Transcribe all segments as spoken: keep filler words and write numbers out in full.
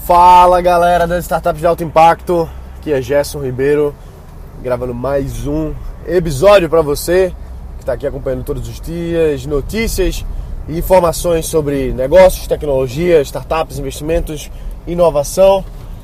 Fala galera das startups de alto impacto, aqui é Gerson Ribeiro, gravando mais um episódio para você que está aqui acompanhando todos os dias, notícias e informações sobre negócios, tecnologia, startups, investimentos, inovação.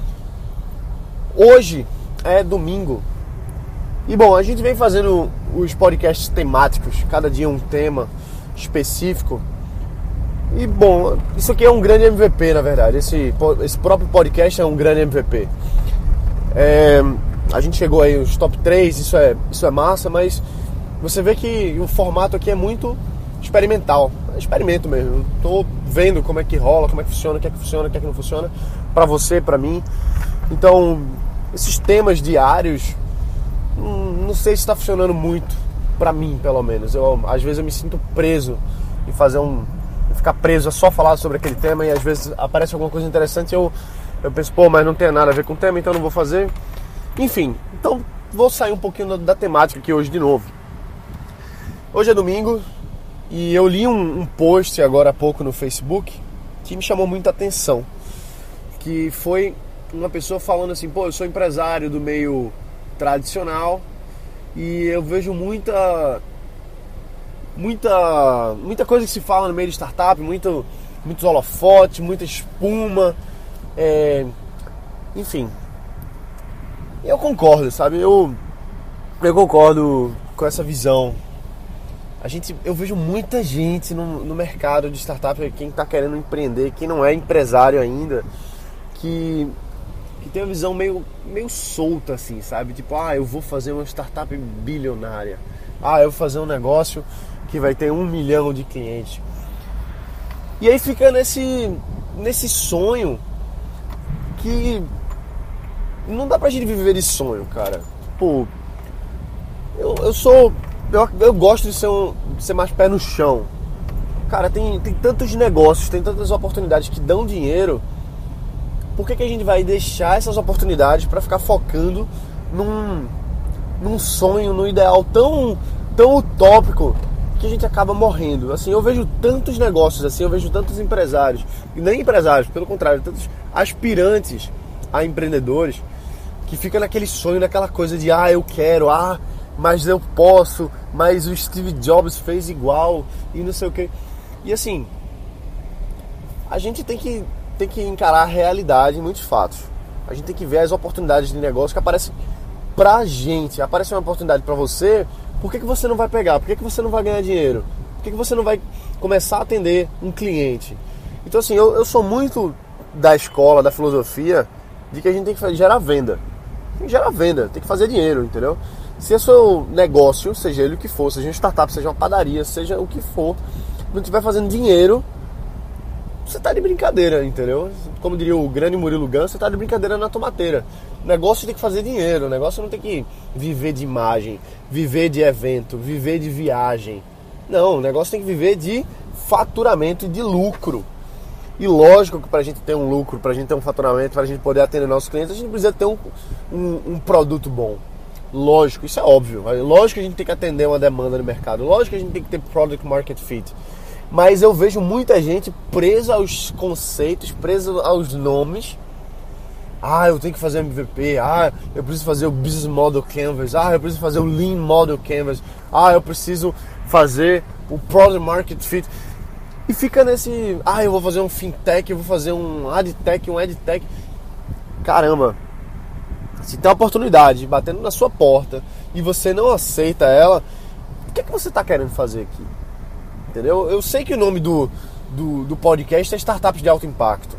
Hoje é domingo e bom, a gente vem fazendo os podcasts temáticos, cada dia um tema específico. E bom, isso aqui é um grande M V P, na verdade. Esse, esse próprio podcast é um grande M V P. É, a gente chegou aí nos top três, isso é, isso é massa, mas você vê que o formato aqui é muito experimental. É experimento mesmo. Estou vendo como é que rola, como é que funciona, o que é que funciona, o que é que não funciona, para você, para mim. Então, esses temas diários, hum, não sei se está funcionando muito, para mim, pelo menos. Eu, às vezes eu me sinto preso em fazer um... ficar preso a só falar sobre aquele tema, e às vezes aparece alguma coisa interessante e eu, eu penso, pô, mas não tem nada a ver com o tema, então não vou fazer. Enfim, então vou sair um pouquinho da, da temática aqui hoje de novo. Hoje é domingo e eu li um, um post agora há pouco no Facebook que me chamou muita atenção, que foi uma pessoa falando assim, pô, eu sou empresário do meio tradicional e eu vejo muita... Muita, muita coisa que se fala no meio de startup, muito, muitos holofotes, muita espuma, é, enfim. Eu concordo, sabe? Eu, eu concordo com essa visão. A gente, eu vejo muita gente no, no mercado de startup, quem está querendo empreender, quem não é empresário ainda, que, que tem uma visão meio, meio solta, assim, sabe? Tipo, ah, eu vou fazer uma startup bilionária. Ah, eu vou fazer um negócio que vai ter um milhão de clientes. E aí fica nesse, nesse sonho que não dá pra gente viver de sonho, cara. Pô, eu, eu sou... Eu, eu gosto de ser, um, de ser mais pé no chão. Cara, tem, tem tantos negócios, tem tantas oportunidades que dão dinheiro. Por que que a gente vai deixar essas oportunidades pra ficar focando num, num sonho, num ideal tão, tão utópico que a gente acaba morrendo? Assim, eu vejo tantos negócios assim, eu vejo tantos empresários, e nem empresários, pelo contrário, tantos aspirantes a empreendedores que ficam naquele sonho, naquela coisa de, ah, eu quero, ah, mas eu posso, mas o Steve Jobs fez igual, e não sei o que. E assim, a gente tem que, tem que encarar a realidade em muitos fatos. A gente tem que ver as oportunidades de negócio que aparecem pra gente. Aparece uma oportunidade pra você, por que que você não vai pegar? Por que que você não vai ganhar dinheiro? Por que que você não vai começar a atender um cliente? Então assim, eu, eu sou muito da escola, da filosofia, de que a gente tem que gerar venda. Tem que gerar venda, tem que fazer dinheiro, entendeu? Se o seu negócio, seja ele o que for, seja uma startup, seja uma padaria, seja o que for, não estiver fazendo dinheiro, você tá de brincadeira, entendeu? Como diria o grande Murilo Gun, você tá de brincadeira na tomateira. O negócio tem que fazer dinheiro, o negócio não tem que viver de imagem, viver de evento, viver de viagem. Não, o negócio tem que viver de faturamento e de lucro. E lógico que pra gente ter um lucro, pra gente ter um faturamento, pra gente poder atender nossos clientes, a gente precisa ter um, um, um produto bom. Lógico, isso é óbvio. Lógico que a gente tem que atender uma demanda no mercado. Lógico que a gente tem que ter product market fit. Mas eu vejo muita gente presa aos conceitos, presa aos nomes. Ah, eu tenho que fazer M V P. Ah, eu preciso fazer o Business Model Canvas. Ah, eu preciso fazer o Lean Model Canvas. Ah, eu preciso fazer o Product Market Fit. E fica nesse... Ah, eu vou fazer um Fintech, eu vou fazer um AdTech, um EdTech. Caramba. Se tem uma oportunidade batendo na sua porta e você não aceita ela, o que é que você está querendo fazer aqui? Entendeu? Eu sei que o nome do, do, do podcast é Startups de Alto Impacto.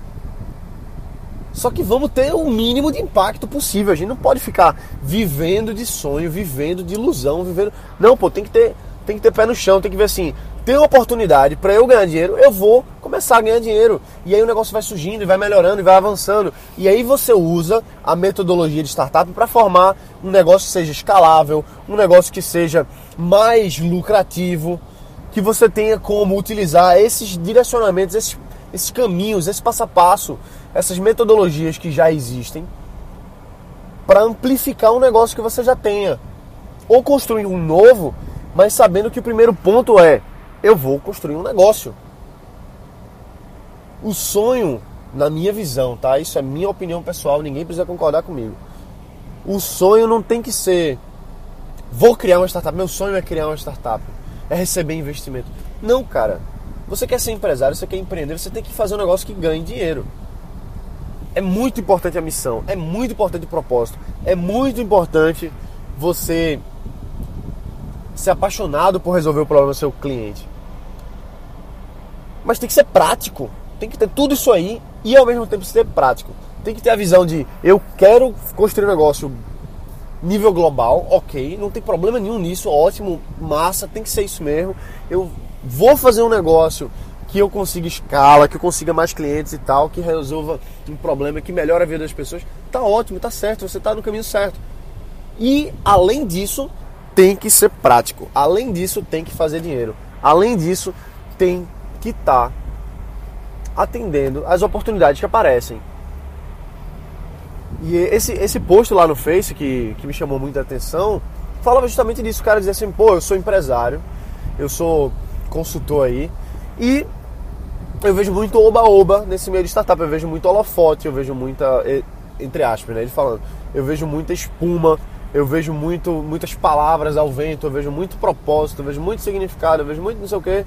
Só que vamos ter o mínimo de impacto possível. A gente não pode ficar vivendo de sonho, vivendo de ilusão, vivendo... Não, pô, tem que ter, tem que ter pé no chão, tem que ver assim, tem uma oportunidade para eu ganhar dinheiro, eu vou começar a ganhar dinheiro. E aí o negócio vai surgindo, e vai melhorando, e vai avançando. E aí você usa a metodologia de startup para formar um negócio que seja escalável, um negócio que seja mais lucrativo, que você tenha como utilizar esses direcionamentos, esses, esses caminhos, esse passo a passo, essas metodologias que já existem, para amplificar um negócio que você já tenha. Ou construir um novo, mas sabendo que o primeiro ponto é, eu vou construir um negócio. O sonho na minha visão, tá? Isso é minha opinião pessoal, ninguém precisa concordar comigo. O sonho não tem que ser, vou criar uma startup, meu sonho é criar uma startup, é receber investimento. Não, cara. Você quer ser empresário, você quer empreender, você tem que fazer um negócio que ganhe dinheiro. É muito importante a missão, é muito importante o propósito, é muito importante você ser apaixonado por resolver o problema do seu cliente. Mas tem que ser prático, tem que ter tudo isso aí e ao mesmo tempo ser prático. Tem que ter a visão de, eu quero construir um negócio nível global, ok, não tem problema nenhum nisso, ótimo, massa, tem que ser isso mesmo. Eu vou fazer um negócio que eu consiga escala, que eu consiga mais clientes e tal, que resolva um problema, que melhore a vida das pessoas. Tá ótimo, tá certo, você tá no caminho certo. E, além disso, tem que ser prático. Além disso, tem que fazer dinheiro. Além disso, tem que estar tá atendendo as oportunidades que aparecem. E esse, esse post lá no Face, que, que me chamou muita atenção, falava justamente disso. O cara dizia assim, pô, eu sou empresário, eu sou consultor aí, e eu vejo muito oba-oba nesse meio de startup, eu vejo muito holofote, eu vejo muita, entre aspas, né, ele falando, eu vejo muita espuma, eu vejo muito, muitas palavras ao vento, eu vejo muito propósito, eu vejo muito significado, eu vejo muito não sei o que,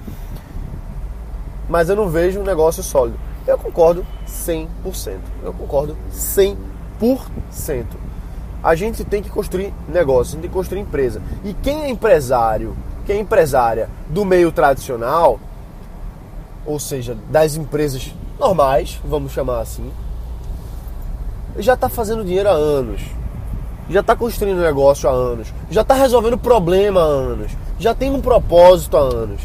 mas eu não vejo um negócio sólido. Eu concordo cem por cento, eu concordo cem por cento. A gente tem que construir negócio, a gente tem que construir empresa. E quem é empresário, quem é empresária do meio tradicional, ou seja, das empresas normais, vamos chamar assim, já está fazendo dinheiro há anos, já está construindo negócio há anos, já está resolvendo problema há anos, já tem um propósito há anos.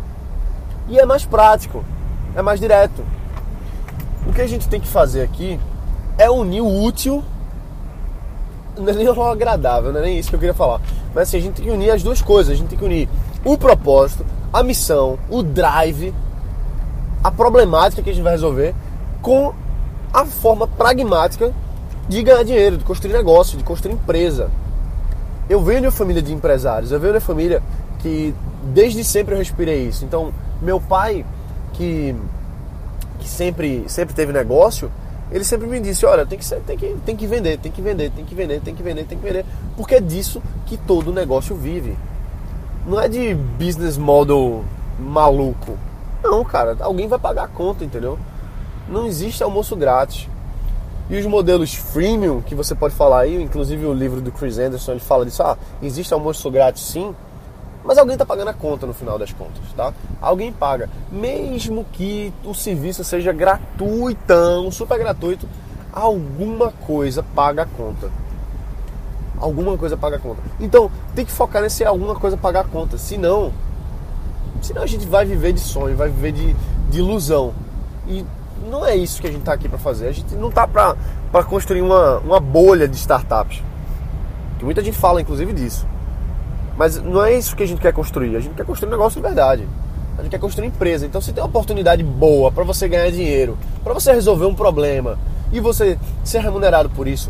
E é mais prático, é mais direto. O que a gente tem que fazer aqui é unir o útil, não é nem o agradável, não é nem isso que eu queria falar, mas assim, a gente tem que unir as duas coisas, a gente tem que unir o propósito, a missão, o drive, a problemática que a gente vai resolver com a forma pragmática de ganhar dinheiro, de construir negócio, de construir empresa. Eu venho de uma família de empresários, eu venho de uma família que desde sempre eu respirei isso. Então, meu pai, que, que sempre, sempre teve negócio, ele sempre me disse, olha, tem que, ser, tem, que, tem que vender, tem que vender, tem que vender, tem que vender, tem que vender, porque é disso que todo negócio vive. Não é de business model maluco. Não, cara, alguém vai pagar a conta, entendeu? Não existe almoço grátis. E os modelos freemium, que você pode falar aí, inclusive o livro do Chris Anderson, ele fala disso, ah, existe almoço grátis sim, mas alguém está pagando a conta no final das contas, tá? Alguém paga. Mesmo que o serviço seja gratuitão, super gratuito, alguma coisa paga a conta. Alguma coisa paga a conta. Então, tem que focar nesse alguma coisa pagar a conta. Senão, senão a gente vai viver de sonho, vai viver de, de ilusão. E não é isso que a gente está aqui para fazer. A gente não está para construir uma, uma bolha de startups. Que muita gente fala, inclusive, disso. Mas não é isso que a gente quer construir. A gente quer construir um negócio de verdade. A gente quer construir empresa. Então, se tem uma oportunidade boa para você ganhar dinheiro, para você resolver um problema e você ser remunerado por isso,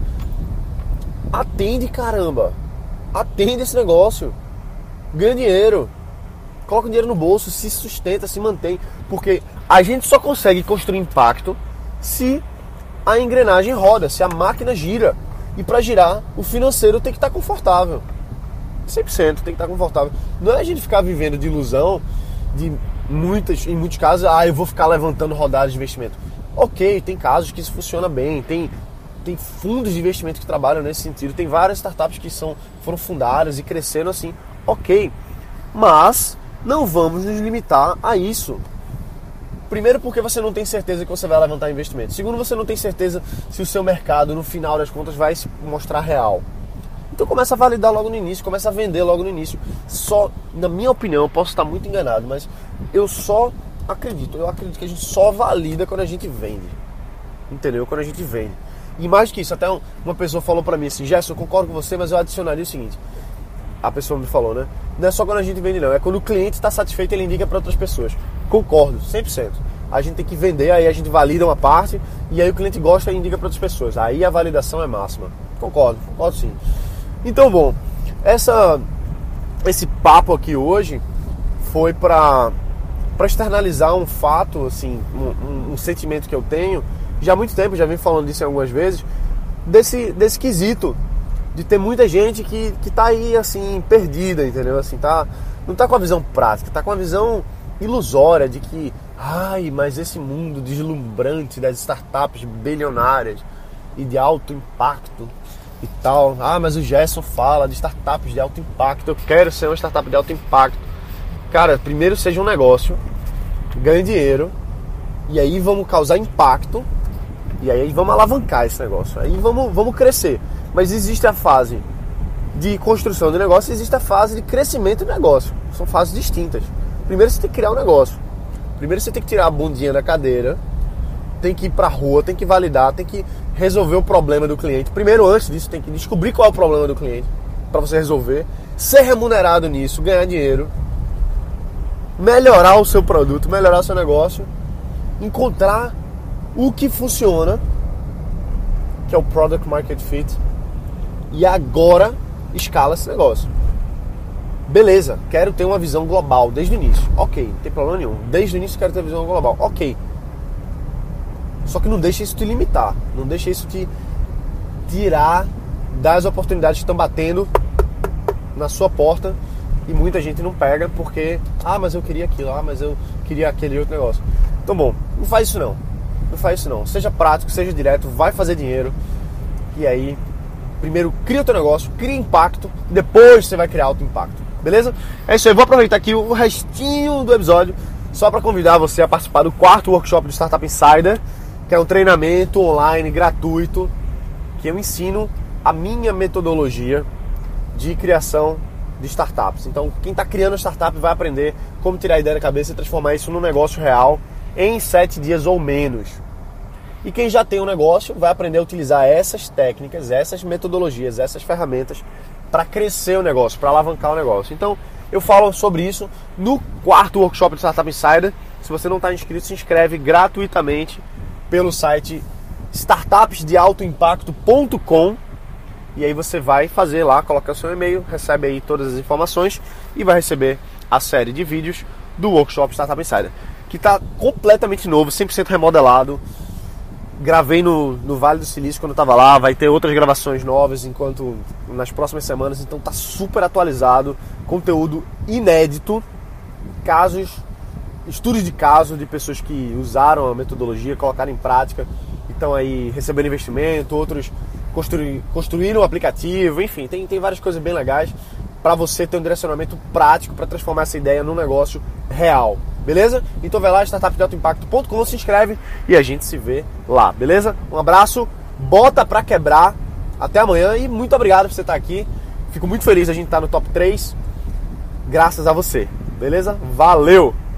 atende, caramba. Atende esse negócio. Ganha dinheiro. Coloca o dinheiro no bolso, se sustenta, se mantém. Porque a gente só consegue construir impacto se a engrenagem roda, se a máquina gira. E para girar, o financeiro tem que estar confortável. cem por cento tem que estar confortável. Não é a gente ficar vivendo de ilusão, de muitas, em muitos casos, ah, eu vou ficar levantando rodadas de investimento. Ok, tem casos que isso funciona bem, tem, tem fundos de investimento que trabalham nesse sentido, tem várias startups que são, foram fundadas e cresceram assim, ok. Mas não vamos nos limitar a isso. Primeiro, porque você não tem certeza que você vai levantar investimento. Segundo, você não tem certeza se o seu mercado, no final das contas, vai se mostrar real. Então começa a validar logo no início, começa a vender logo no início. Só, na minha opinião, eu posso estar muito enganado, mas eu só acredito, eu acredito que a gente só valida quando a gente vende. Entendeu? Quando a gente vende. E mais que isso, até uma pessoa falou pra mim assim, Gerson, eu concordo com você, mas eu adicionaria o seguinte. A pessoa me falou, né? Não é só quando a gente vende não, é quando o cliente está satisfeito, ele indica para outras pessoas. Concordo, cem por cento. A gente tem que vender, aí a gente valida uma parte, e aí o cliente gosta e indica para outras pessoas. Aí a validação é máxima. Concordo, concordo sim. Então, bom, essa, esse papo aqui hoje foi para para externalizar um fato, assim, um, um, um sentimento que eu tenho já há muito tempo, já vim falando disso algumas vezes, desse, desse quesito de ter muita gente que, que tá aí, assim, perdida, entendeu? Assim, tá, não tá com a visão prática, tá com a visão ilusória de que, ai, mas esse mundo deslumbrante das startups bilionárias e de alto impacto e tal, ah, mas o Gerson fala de startups de alto impacto, eu quero ser uma startup de alto impacto. Cara, primeiro seja um negócio, ganhe dinheiro, e aí vamos causar impacto, e aí vamos alavancar esse negócio, aí vamos, vamos crescer. Mas existe a fase de construção de negócio e existe a fase de crescimento de negócio. São fases distintas. Primeiro você tem que criar um negócio. Primeiro você tem que tirar a bundinha da cadeira, tem que ir pra rua, tem que validar, tem que resolver o problema do cliente. Primeiro, antes disso, tem que descobrir qual é o problema do cliente para você resolver, ser remunerado nisso, ganhar dinheiro, melhorar o seu produto, melhorar o seu negócio, encontrar o que funciona, que é o Product Market Fit, e agora escala esse negócio. Beleza, quero ter uma visão global desde o início. Ok, não tem problema nenhum. Desde o início quero ter uma visão global. Ok. Só que não deixa isso te limitar. Não deixa isso te tirar das oportunidades que estão batendo na sua porta e muita gente não pega porque, ah, mas eu queria aquilo, ah, mas eu queria aquele outro negócio. Então, bom, não faz isso não. Não faz isso não. Seja prático, seja direto, vai fazer dinheiro. E aí, primeiro cria o teu negócio, cria impacto, depois você vai criar alto impacto. Beleza? É isso aí, vou aproveitar aqui o restinho do episódio só para convidar você a participar do quarto workshop do Startup Insider, que é um treinamento online gratuito que eu ensino a minha metodologia de criação de startups. Então, quem está criando startup vai aprender como tirar a ideia da cabeça e transformar isso num negócio real em sete dias ou menos. E quem já tem um negócio vai aprender a utilizar essas técnicas, essas metodologias, essas ferramentas para crescer o negócio, para alavancar o negócio. Então, eu falo sobre isso no quarto workshop do Startup Insider. Se você não está inscrito, se inscreve gratuitamente pelo site startups de alto impacto ponto com, e aí você vai fazer lá, coloca o seu e-mail, recebe aí todas as informações e vai receber a série de vídeos do workshop Startup Insider, que está completamente novo, cem por cento remodelado. Gravei no, no Vale do Silício quando eu estava lá, vai ter outras gravações novas enquanto nas próximas semanas, então tá super atualizado, conteúdo inédito, casos, estudos de caso de pessoas que usaram a metodologia, colocaram em prática, então aí receberam investimento, outros construí, construíram o aplicativo, enfim, tem, tem várias coisas bem legais para você ter um direcionamento prático para transformar essa ideia num negócio real. Beleza? Então vai lá, startup de alto impacto ponto com, se inscreve e a gente se vê lá, beleza? Um abraço, bota pra quebrar, até amanhã e muito obrigado por você estar aqui. Fico muito feliz de a gente estar no top três, graças a você, beleza? Valeu!